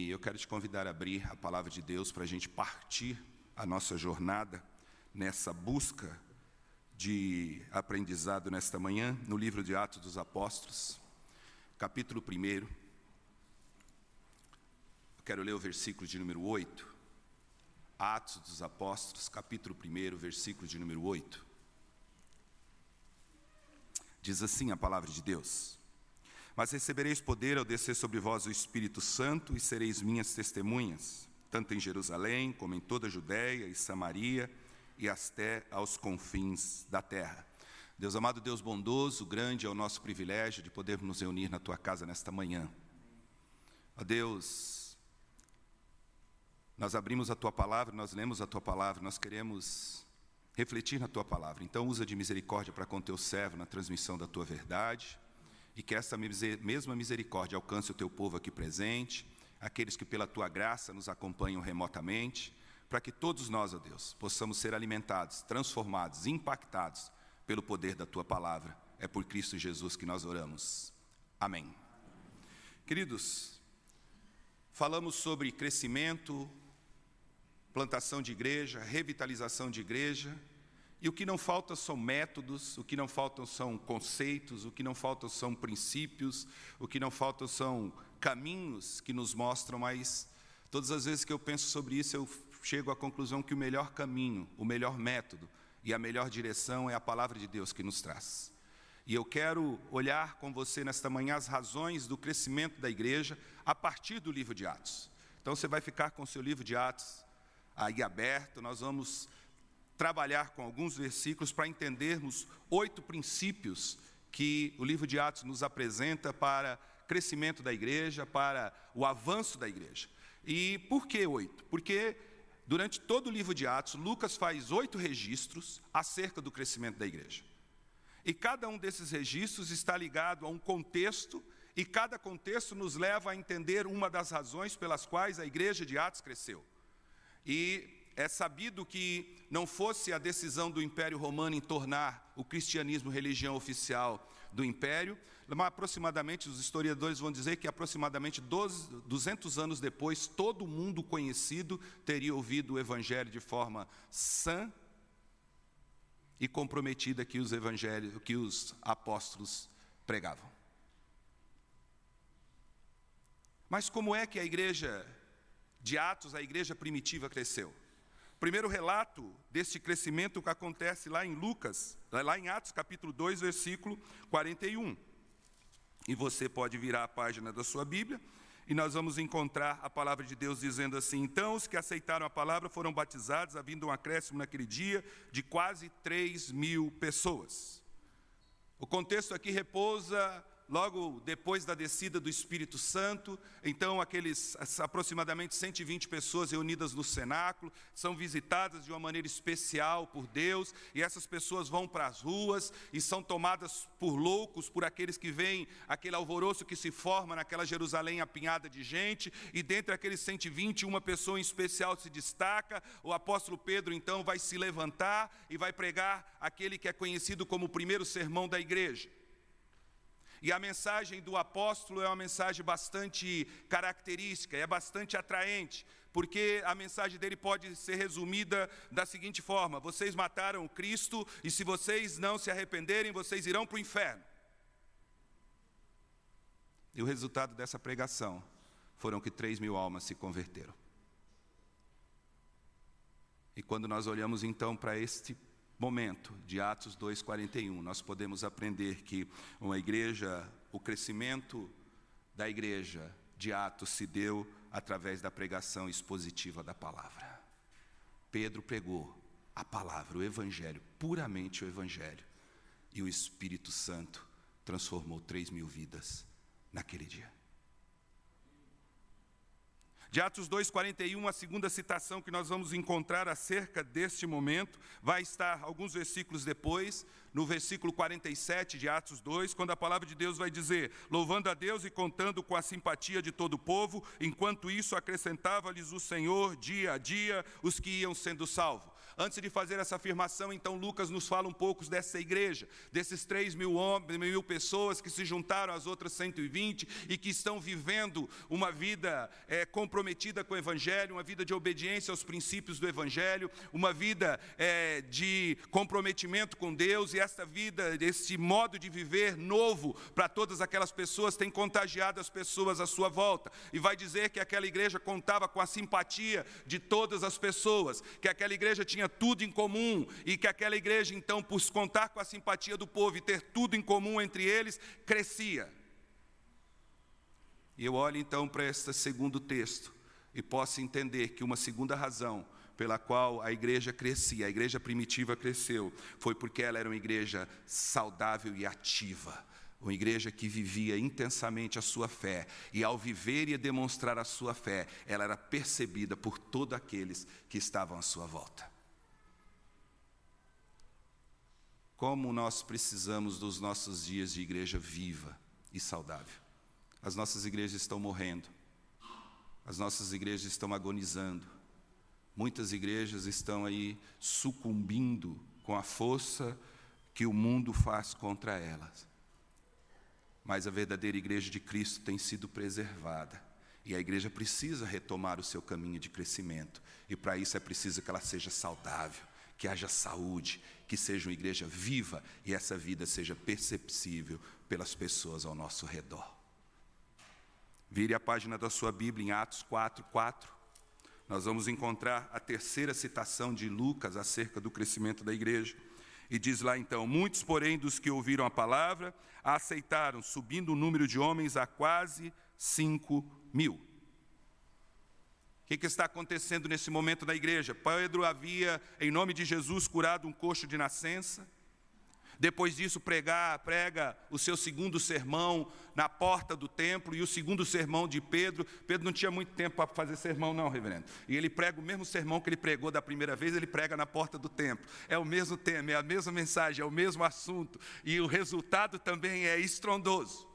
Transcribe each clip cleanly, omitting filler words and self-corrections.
E eu quero te convidar a abrir a palavra de Deus para a gente partir a nossa jornada nessa busca de aprendizado nesta manhã, no livro de Atos dos Apóstolos, capítulo 1. Eu quero ler o versículo de número 8. Atos dos Apóstolos, capítulo 1, versículo de número 8. Diz assim a palavra de Deus: Mas recebereis poder ao descer sobre vós o Espírito Santo, e sereis minhas testemunhas, tanto em Jerusalém, como em toda a Judéia e Samaria, e até aos confins da terra. Deus amado, Deus bondoso, grande é o nosso privilégio de podermos nos reunir na Tua casa nesta manhã. Ó Deus, nós abrimos a Tua palavra, nós lemos a Tua palavra, nós queremos refletir na Tua palavra. Então usa de misericórdia para com Teu servo na transmissão da Tua verdade, e que essa mesma misericórdia alcance o Teu povo aqui presente, aqueles que pela Tua graça nos acompanham remotamente, para que todos nós, ó Deus, possamos ser alimentados, transformados, impactados pelo poder da Tua palavra. É por Cristo Jesus que nós oramos. Amém. Queridos, falamos sobre crescimento, plantação de igreja, revitalização de igreja, e o que não falta são métodos, o que não faltam são conceitos, o que não faltam são princípios, o que não faltam são caminhos que nos mostram, mas todas as vezes que eu penso sobre isso, eu chego à conclusão que o melhor caminho, o melhor método e a melhor direção é a palavra de Deus que nos traz. E eu quero olhar com você nesta manhã as razões do crescimento da igreja a partir do livro de Atos. Então você vai ficar com o seu livro de Atos aí aberto, nós vamos trabalhar com alguns versículos para entendermos 8 princípios que o livro de Atos nos apresenta para crescimento da igreja, para o avanço da igreja. E por que 8? Porque durante todo o livro de Atos, Lucas faz 8 registros acerca do crescimento da igreja. E cada um desses registros está ligado a um contexto, e cada contexto nos leva a entender uma das razões pelas quais a igreja de Atos cresceu. E é sabido que não fosse a decisão do Império Romano em tornar o cristianismo religião oficial do Império, mas aproximadamente, os historiadores vão dizer que aproximadamente 200 anos depois, todo mundo conhecido teria ouvido o Evangelho de forma sã e comprometida que os apóstolos pregavam. Mas como é que a igreja de Atos, a igreja primitiva, cresceu? O primeiro relato deste crescimento que acontece lá em Lucas, lá em Atos capítulo 2, versículo 41. E você pode virar a página da sua Bíblia, e nós vamos encontrar a palavra de Deus dizendo assim: Então os que aceitaram a palavra foram batizados, havendo um acréscimo naquele dia de quase 3.000 pessoas. O contexto aqui repousa logo depois da descida do Espírito Santo. Então aqueles aproximadamente 120 pessoas reunidas no cenáculo são visitadas de uma maneira especial por Deus, e essas pessoas vão para as ruas e são tomadas por loucos, por aqueles que veem aquele alvoroço que se forma naquela Jerusalém apinhada de gente, e dentre aqueles 120, uma pessoa em especial se destaca. O apóstolo Pedro então vai se levantar e vai pregar aquele que é conhecido como o primeiro sermão da igreja. E a mensagem do apóstolo é uma mensagem bastante característica, é bastante atraente, porque a mensagem dele pode ser resumida da seguinte forma: vocês mataram o Cristo, e se vocês não se arrependerem, vocês irão para o inferno. E o resultado dessa pregação foram que 3.000 almas se converteram. E quando nós olhamos então para este momento de Atos 2:41, nós podemos aprender que uma igreja, o crescimento da igreja de Atos se deu através da pregação expositiva da palavra. Pedro pregou a palavra, o Evangelho, puramente o Evangelho, e o Espírito Santo transformou 3.000 vidas naquele dia. De Atos 2:41, a segunda citação que nós vamos encontrar acerca deste momento vai estar alguns versículos depois, no versículo 47 de Atos 2, quando a palavra de Deus vai dizer: louvando a Deus e contando com a simpatia de todo o povo, enquanto isso acrescentava-lhes o Senhor dia a dia os que iam sendo salvos. Antes de fazer essa afirmação, então, Lucas nos fala um pouco dessa igreja, desses 3.000 pessoas que se juntaram às outras 120 e que estão vivendo uma vida comprometida com o Evangelho, uma vida de obediência aos princípios do Evangelho, uma vida de comprometimento com Deus, e esta vida, esse modo de viver novo para todas aquelas pessoas tem contagiado as pessoas à sua volta. E vai dizer que aquela igreja contava com a simpatia de todas as pessoas, que aquela igreja tinha tudo em comum, e que aquela igreja, então, por contar com a simpatia do povo e ter tudo em comum entre eles, crescia. E eu olho então para este segundo texto e posso entender que uma segunda razão pela qual a igreja crescia, a igreja primitiva cresceu, foi porque ela era uma igreja saudável e ativa. Uma igreja que vivia intensamente a sua fé, e ao viver e demonstrar a sua fé, ela era percebida por todos aqueles que estavam à sua volta. Como nós precisamos dos nossos dias de igreja viva e saudável. As nossas igrejas estão morrendo, as nossas igrejas estão agonizando, muitas igrejas estão aí sucumbindo com a força que o mundo faz contra elas. Mas a verdadeira igreja de Cristo tem sido preservada, e a igreja precisa retomar o seu caminho de crescimento, e para isso é preciso que ela seja saudável, que haja saúde, que seja uma igreja viva, e essa vida seja perceptível pelas pessoas ao nosso redor. Vire a página da sua Bíblia em Atos 4:4. Nós vamos encontrar a terceira citação de Lucas acerca do crescimento da igreja. E diz lá então: muitos, porém, dos que ouviram a palavra, a aceitaram, subindo o número de homens a quase 5.000. O que está acontecendo nesse momento na igreja? Pedro havia, em nome de Jesus, curado um coxo de nascença. Depois disso, prega o seu segundo sermão na porta do templo, e o segundo sermão de Pedro. Pedro não tinha muito tempo para fazer sermão não, reverendo. E ele prega o mesmo sermão que ele pregou da primeira vez, ele prega na porta do templo. É o mesmo tema, é a mesma mensagem, é o mesmo assunto, e o resultado também é estrondoso.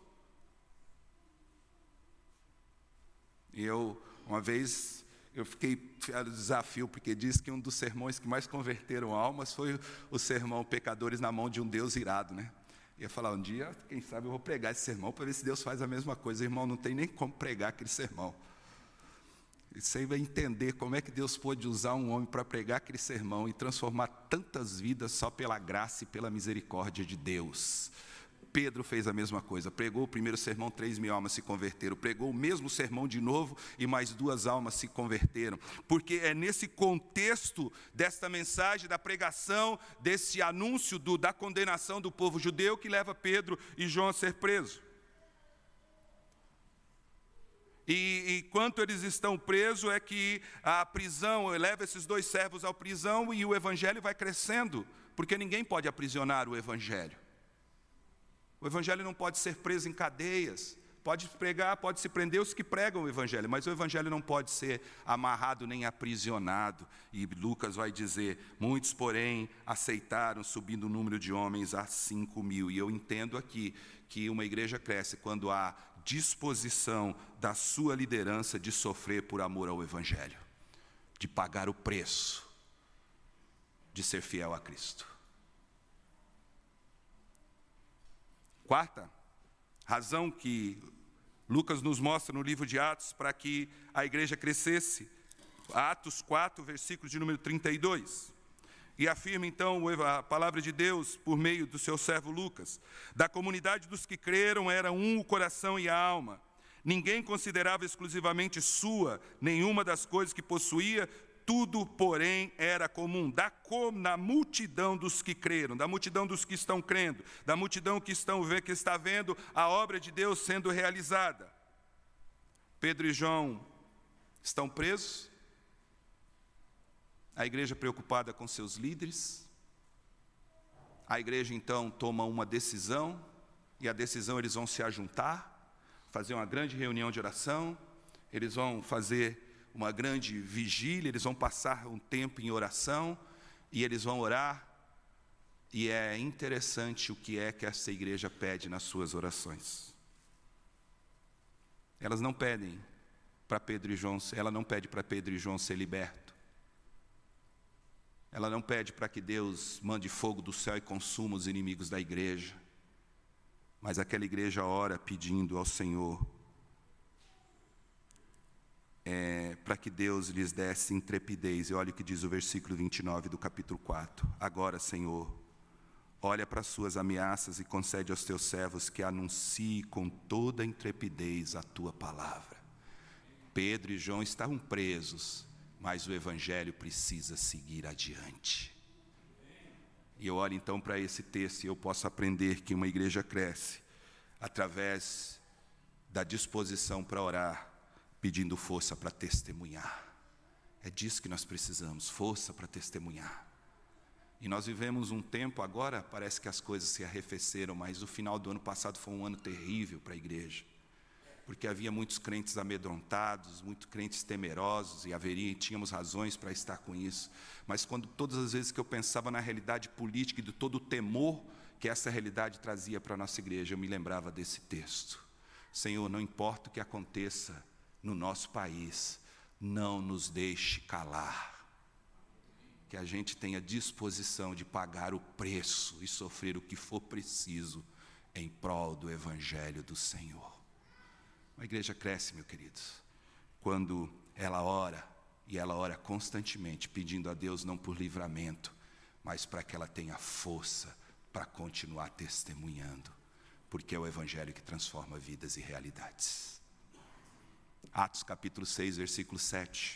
E uma vez, eu fiquei no desafio, porque diz que um dos sermões que mais converteram almas foi o sermão Pecadores na Mão de um Deus Irado, né? Eu ia falar, um dia, quem sabe eu vou pregar esse sermão para ver se Deus faz a mesma coisa. Irmão, não tem nem como pregar aquele sermão. Isso aí vai entender como é que Deus pôde usar um homem para pregar aquele sermão e transformar tantas vidas só pela graça e pela misericórdia de Deus. Pedro fez a mesma coisa, pregou o primeiro sermão, 3.000 almas se converteram, pregou o mesmo sermão de novo e mais 2 almas se converteram, porque é nesse contexto desta mensagem, da pregação, desse anúncio da condenação do povo judeu, que leva Pedro e João a ser presos. E enquanto eles estão presos, é que a prisão leva esses 2 servos à prisão, e o evangelho vai crescendo, porque ninguém pode aprisionar o evangelho. O evangelho não pode ser preso em cadeias, pode pregar, pode se prender os que pregam o evangelho, mas o evangelho não pode ser amarrado nem aprisionado. E Lucas vai dizer, muitos, porém, aceitaram, subindo o número de homens a 5.000. E eu entendo aqui que uma igreja cresce quando há disposição da sua liderança de sofrer por amor ao evangelho, de pagar o preço, de ser fiel a Cristo. Quarta razão que Lucas nos mostra no livro de Atos para que a igreja crescesse, Atos 4, versículo de número 32. E afirma então a palavra de Deus por meio do seu servo Lucas: da comunidade dos que creram era um o coração e a alma. Ninguém considerava exclusivamente sua nenhuma das coisas que possuía, tudo, porém, era comum. Da multidão dos que creram, da multidão dos que estão crendo, da multidão que está vendo a obra de Deus sendo realizada. Pedro e João estão presos, a igreja preocupada com seus líderes, a igreja então toma uma decisão, e a decisão eles vão se ajuntar, fazer uma grande reunião de oração, eles vão fazer uma grande vigília, eles vão passar um tempo em oração, e eles vão orar E é interessante o que é que essa igreja pede nas suas orações. Elas não pedem para Pedro e João, ela não pede para Pedro e João ser liberto. Ela não pede para que Deus mande fogo do céu e consuma os inimigos da igreja. Mas aquela igreja ora pedindo ao Senhor para que Deus lhes desse intrepidez. E olha o que diz o versículo 29 do capítulo 4. Agora, Senhor, olha para as suas ameaças e concede aos teus servos que anuncie com toda a intrepidez a tua palavra. Pedro e João estavam presos, mas o evangelho precisa seguir adiante. E eu olho então para esse texto e eu posso aprender que uma igreja cresce através da disposição para orar, pedindo força para testemunhar. É disso que nós precisamos, força para testemunhar. E nós vivemos um tempo, agora parece que as coisas se arrefeceram, mas o final do ano passado foi um ano terrível para a igreja. Porque havia muitos crentes amedrontados, muitos crentes temerosos, e tínhamos razões para estar com isso. Mas todas as vezes que eu pensava na realidade política e de todo o temor que essa realidade trazia para a nossa igreja, eu me lembrava desse texto. Senhor, não importa o que aconteça no nosso país, não nos deixe calar. Que a gente tenha disposição de pagar o preço e sofrer o que for preciso em prol do Evangelho do Senhor. A igreja cresce, meus queridos, quando ela ora, e ela ora constantemente, pedindo a Deus não por livramento, mas para que ela tenha força para continuar testemunhando, porque é o Evangelho que transforma vidas e realidades. Atos capítulo 6, versículo 7.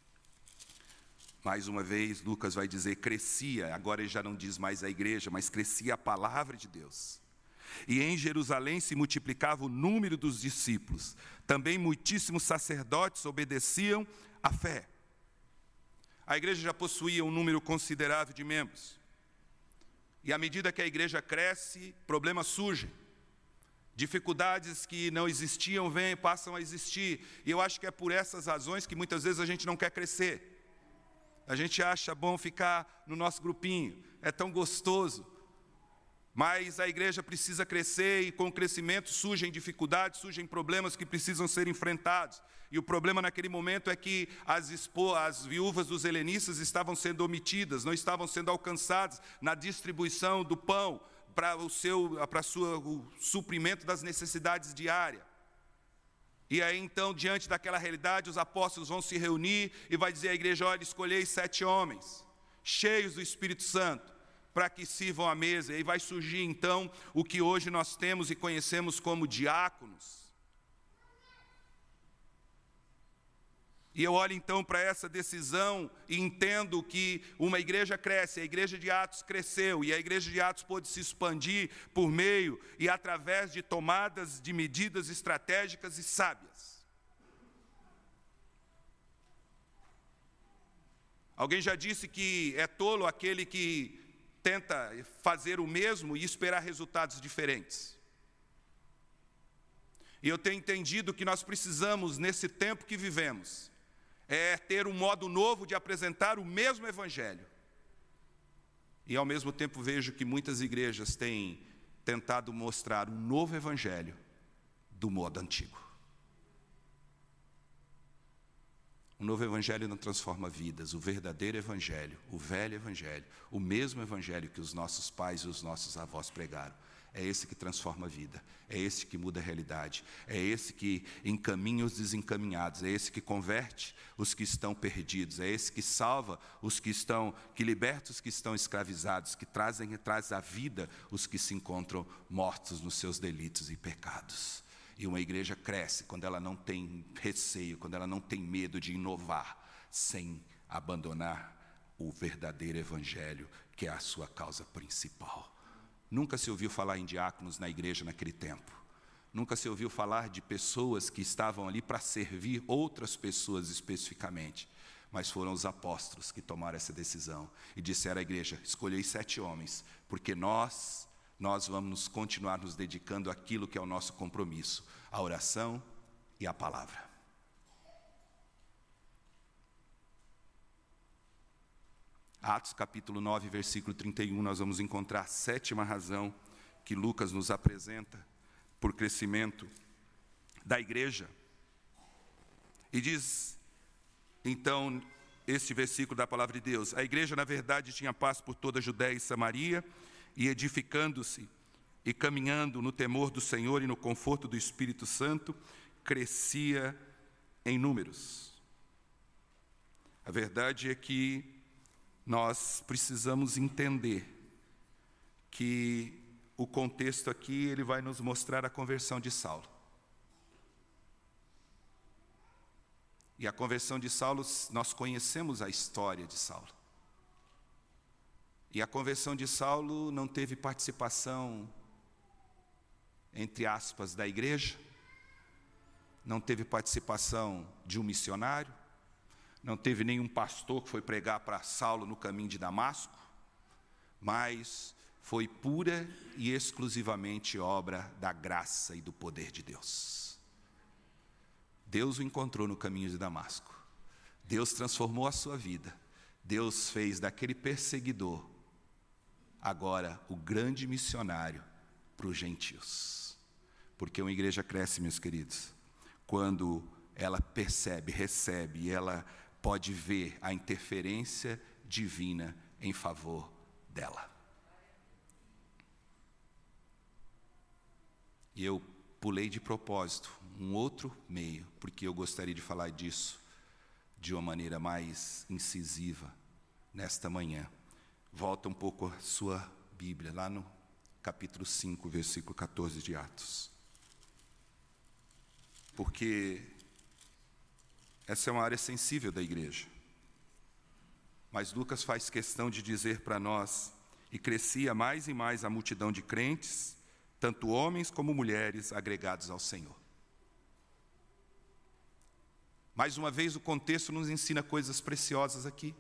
Mais uma vez, Lucas vai dizer, crescia, agora ele já não diz mais a igreja, mas crescia a palavra de Deus. E em Jerusalém se multiplicava o número dos discípulos. Também muitíssimos sacerdotes obedeciam à fé. A igreja já possuía um número considerável de membros. E à medida que a igreja cresce, problemas surgem. Dificuldades que não existiam passam a existir. E eu acho que é por essas razões que muitas vezes a gente não quer crescer. A gente acha bom ficar no nosso grupinho, é tão gostoso. Mas a igreja precisa crescer e com o crescimento surgem dificuldades, surgem problemas que precisam ser enfrentados. E o problema naquele momento é que as viúvas dos helenistas estavam sendo omitidas, não estavam sendo alcançadas na distribuição do pão para o suprimento das necessidades diárias. E aí então, diante daquela realidade, os apóstolos vão se reunir e vai dizer à igreja, olha, escolhei 7 homens, cheios do Espírito Santo, para que sirvam à mesa. E aí vai surgir então o que hoje nós temos e conhecemos como diáconos. E eu olho então para essa decisão e entendo que uma igreja cresce, a igreja de Atos cresceu, e a igreja de Atos pôde se expandir por meio e através de tomadas de medidas estratégicas e sábias. Alguém já disse que é tolo aquele que tenta fazer o mesmo e esperar resultados diferentes. E eu tenho entendido que nós precisamos, nesse tempo que vivemos, ter um modo novo de apresentar o mesmo Evangelho. E ao mesmo tempo vejo que muitas igrejas têm tentado mostrar um novo Evangelho do modo antigo. O novo Evangelho não transforma vidas, o verdadeiro Evangelho, o velho Evangelho, o mesmo Evangelho que os nossos pais e os nossos avós pregaram, é esse que transforma a vida, é esse que muda a realidade, é esse que encaminha os desencaminhados, é esse que converte os que estão perdidos, é esse que salva os que liberta os que estão escravizados, que traz à vida os que se encontram mortos nos seus delitos e pecados. E uma igreja cresce quando ela não tem receio, quando ela não tem medo de inovar, sem abandonar o verdadeiro Evangelho, que é a sua causa principal. Nunca se ouviu falar em diáconos na igreja naquele tempo. Nunca se ouviu falar de pessoas que estavam ali para servir outras pessoas especificamente. Mas foram os apóstolos que tomaram essa decisão e disseram à igreja, escolhei 7 homens, porque nós vamos continuar nos dedicando àquilo que é o nosso compromisso, a oração e a palavra. Atos capítulo 9, versículo 31, nós vamos encontrar a sétima razão que Lucas nos apresenta por crescimento da igreja. E diz, então, este versículo da palavra de Deus: a igreja, na verdade, tinha paz por toda a Judéia e Samaria, e edificando-se e caminhando no temor do Senhor e no conforto do Espírito Santo, crescia em números. A verdade é que nós precisamos entender que o contexto aqui, ele vai nos mostrar a conversão de Saulo. E a conversão de Saulo, nós conhecemos a história de Saulo. E a conversão de Saulo não teve participação, entre aspas, da igreja, não teve participação de um missionário, não teve nenhum pastor que foi pregar para Saulo no caminho de Damasco, mas foi pura e exclusivamente obra da graça e do poder de Deus. Deus o encontrou no caminho de Damasco. Deus transformou a sua vida. Deus fez daquele perseguidor agora o grande missionário para os gentios. Porque uma igreja cresce, meus queridos, quando ela percebe, recebe, e ela pode ver a interferência divina em favor dela. E eu pulei de propósito um outro meio, porque eu gostaria de falar disso de uma maneira mais incisiva nesta manhã. Volta um pouco a sua Bíblia, lá no capítulo 5, versículo 14 de Atos. Porque essa é uma área sensível da igreja. Mas Lucas faz questão de dizer para nós: e crescia mais e mais a multidão de crentes, tanto homens como mulheres agregados ao Senhor. Mais uma vez, o contexto nos ensina coisas preciosas aqui.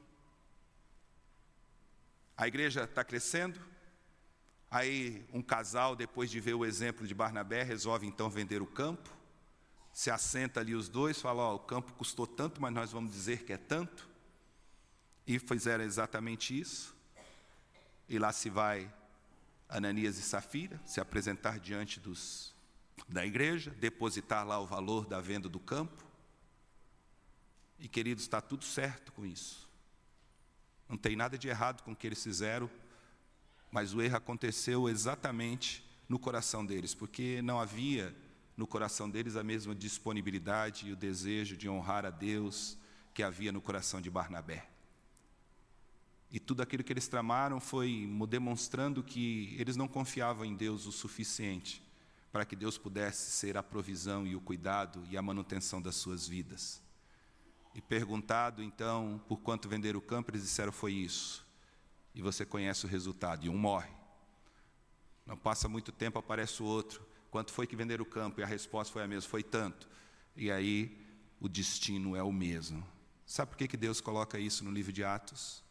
A igreja está crescendo, aí um casal, depois de ver o exemplo de Barnabé, resolve então vender o campo, se assenta ali os dois, fala: ó, o campo custou tanto, mas nós vamos dizer que é tanto, e fizeram exatamente isso, e lá se vai Ananias e Safira se apresentar diante da igreja, depositar lá o valor da venda do campo. E, queridos, está tudo certo com isso. Não tem nada de errado com o que eles fizeram, mas o erro aconteceu exatamente no coração deles, porque não havia no coração deles a mesma disponibilidade e o desejo de honrar a Deus que havia no coração de Barnabé. E tudo aquilo que eles tramaram foi demonstrando que eles não confiavam em Deus o suficiente para que Deus pudesse ser a provisão e o cuidado e a manutenção das suas vidas. E perguntado, então, por quanto venderam o campo, eles disseram: foi isso. E você conhece o resultado, e um morre. Não passa muito tempo, aparece o outro: quanto foi que venderam o campo? E a resposta foi a mesma: foi tanto. E aí, o destino é o mesmo. Sabe por que Deus coloca isso no livro de Atos?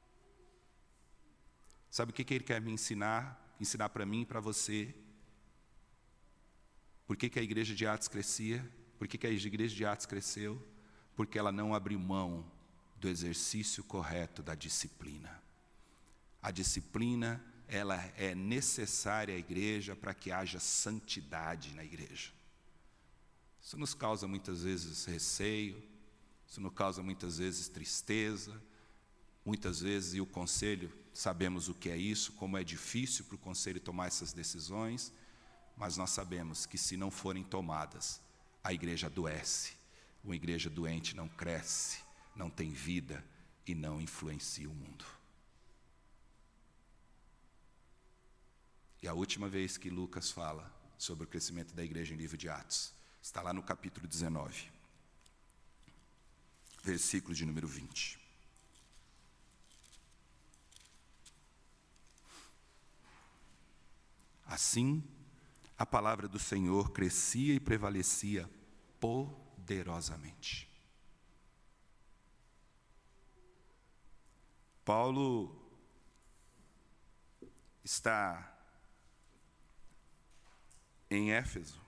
Sabe o que Ele quer me ensinar para mim e para você? Por que a igreja de Atos crescia? Por que a igreja de Atos cresceu? Porque ela não abriu mão do exercício correto da disciplina. A disciplina, ela é necessária à igreja para que haja santidade na igreja. Isso nos causa muitas vezes receio, isso nos causa muitas vezes tristeza, muitas vezes, e o conselho, sabemos o que é isso, como é difícil para o conselho tomar essas decisões, mas nós sabemos que se não forem tomadas, a igreja adoece. Uma igreja doente não cresce, não tem vida e não influencia o mundo. E a última vez que Lucas fala sobre o crescimento da igreja em livro de Atos, está lá no capítulo 19, versículo de número 20. Assim, a palavra do Senhor crescia e prevalecia poderosamente. Paulo está em Éfeso.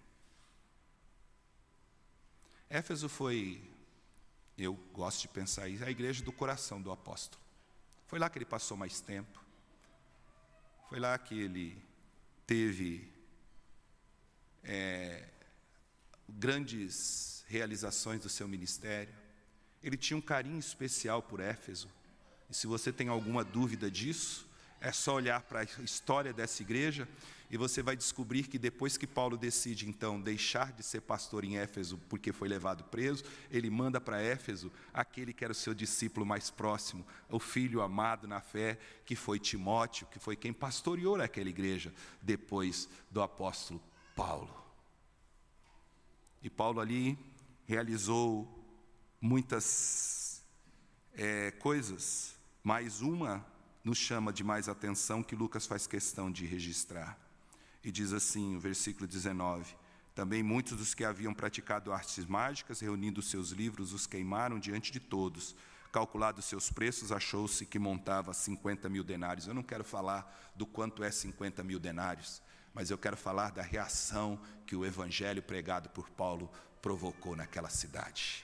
Éfeso foi, eu gosto de pensar isso, a igreja do coração do apóstolo. Foi lá que ele passou mais tempo. Foi lá que ele teve grandes realizações do seu ministério. Ele tinha um carinho especial por Éfeso. E se você tem alguma dúvida disso, é só olhar para a história dessa igreja e você vai descobrir que depois que Paulo decide, então, deixar de ser pastor em Éfeso porque foi levado preso, ele manda para Éfeso aquele que era o seu discípulo mais próximo, o filho amado na fé, que foi Timóteo, que foi quem pastoreou aquela igreja depois do apóstolo Paulo. E Paulo ali realizou muitas coisas, mas uma nos chama de mais atenção, que Lucas faz questão de registrar. E diz assim, o versículo 19: também muitos dos que haviam praticado artes mágicas, reunindo seus livros, os queimaram diante de todos. Calculados seus preços, achou-se que montava 50 mil denários. Eu não quero falar do quanto é 50 mil denários, mas eu quero falar da reação que o evangelho pregado por Paulo provocou naquela cidade.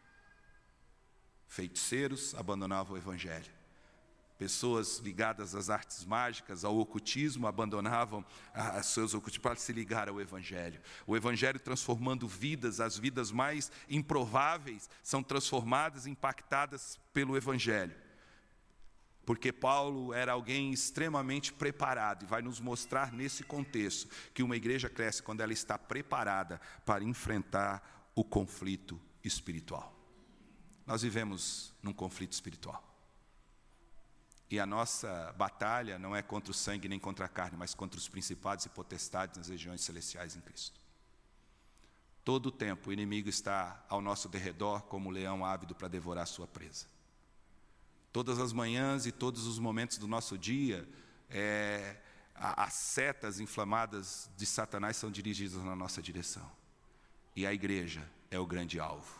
Feiticeiros abandonavam o evangelho. Pessoas ligadas às artes mágicas, ao ocultismo, abandonavam os seus ocultismos para se ligar ao Evangelho. O Evangelho transformando vidas, as vidas mais improváveis são transformadas, impactadas pelo Evangelho. Porque Paulo era alguém extremamente preparado, e vai nos mostrar nesse contexto que uma igreja cresce quando ela está preparada para enfrentar o conflito espiritual. Nós vivemos num conflito espiritual. E a nossa batalha não é contra o sangue nem contra a carne, mas contra os principados e potestades nas regiões celestiais em Cristo. Todo o tempo o inimigo está ao nosso derredor como um leão ávido para devorar sua presa. Todas as manhãs e todos os momentos do nosso dia, as setas inflamadas de Satanás são dirigidas na nossa direção. E a igreja é o grande alvo.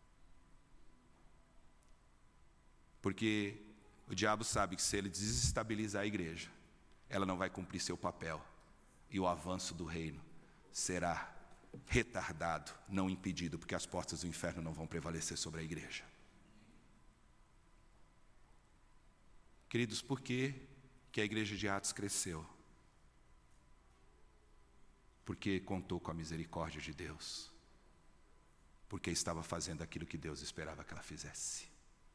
Porque o diabo sabe que se ele desestabilizar a igreja, ela não vai cumprir seu papel. E o avanço do reino será retardado, não impedido, porque as portas do inferno não vão prevalecer sobre a igreja. Queridos, por que a igreja de Atos cresceu? Porque contou com a misericórdia de Deus. Porque estava fazendo aquilo que Deus esperava que ela fizesse.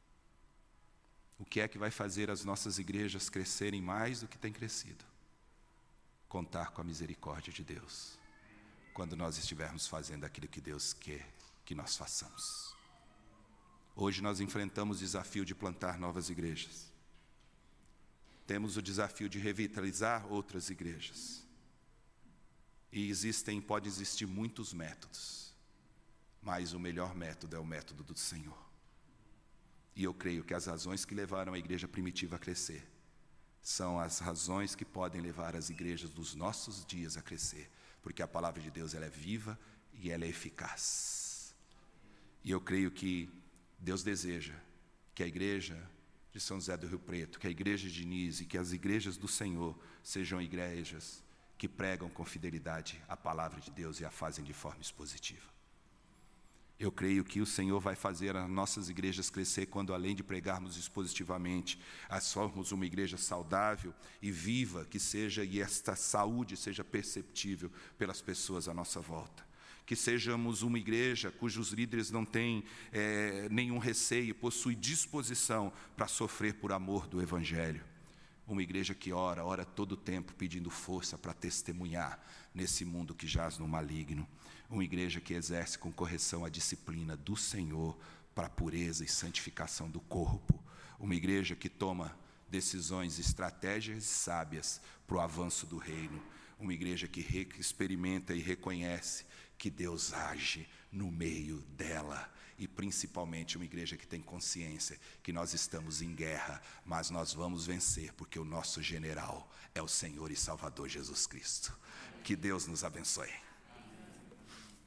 O que é que vai fazer as nossas igrejas crescerem mais do que tem crescido? Contar com a misericórdia de Deus, quando nós estivermos fazendo aquilo que Deus quer que nós façamos. Hoje nós enfrentamos o desafio de plantar novas igrejas. Temos o desafio de revitalizar outras igrejas. E podem existir muitos métodos, mas o melhor método é o método do Senhor. E eu creio que as razões que levaram a igreja primitiva a crescer são as razões que podem levar as igrejas dos nossos dias a crescer, porque a palavra de Deus ela é viva e ela é eficaz. E eu creio que Deus deseja que a igreja de São José do Rio Preto, que a igreja de Nise, que as igrejas do Senhor sejam igrejas que pregam com fidelidade a palavra de Deus e a fazem de forma expositiva. Eu creio que o Senhor vai fazer as nossas igrejas crescer quando, além de pregarmos expositivamente, formos uma igreja saudável e viva, e esta saúde seja perceptível pelas pessoas à nossa volta. Que sejamos uma igreja cujos líderes não têm nenhum receio, possuem disposição para sofrer por amor do Evangelho. Uma igreja que ora todo o tempo pedindo força para testemunhar nesse mundo que jaz no maligno. Uma igreja que exerce com correção a disciplina do Senhor para a pureza e santificação do corpo. Uma igreja que toma decisões estratégicas e sábias para o avanço do reino. Uma igreja que experimenta e reconhece que Deus age no meio dela. E principalmente uma igreja que tem consciência que nós estamos em guerra, mas nós vamos vencer, porque o nosso general é o Senhor e Salvador Jesus Cristo. Que Deus nos abençoe.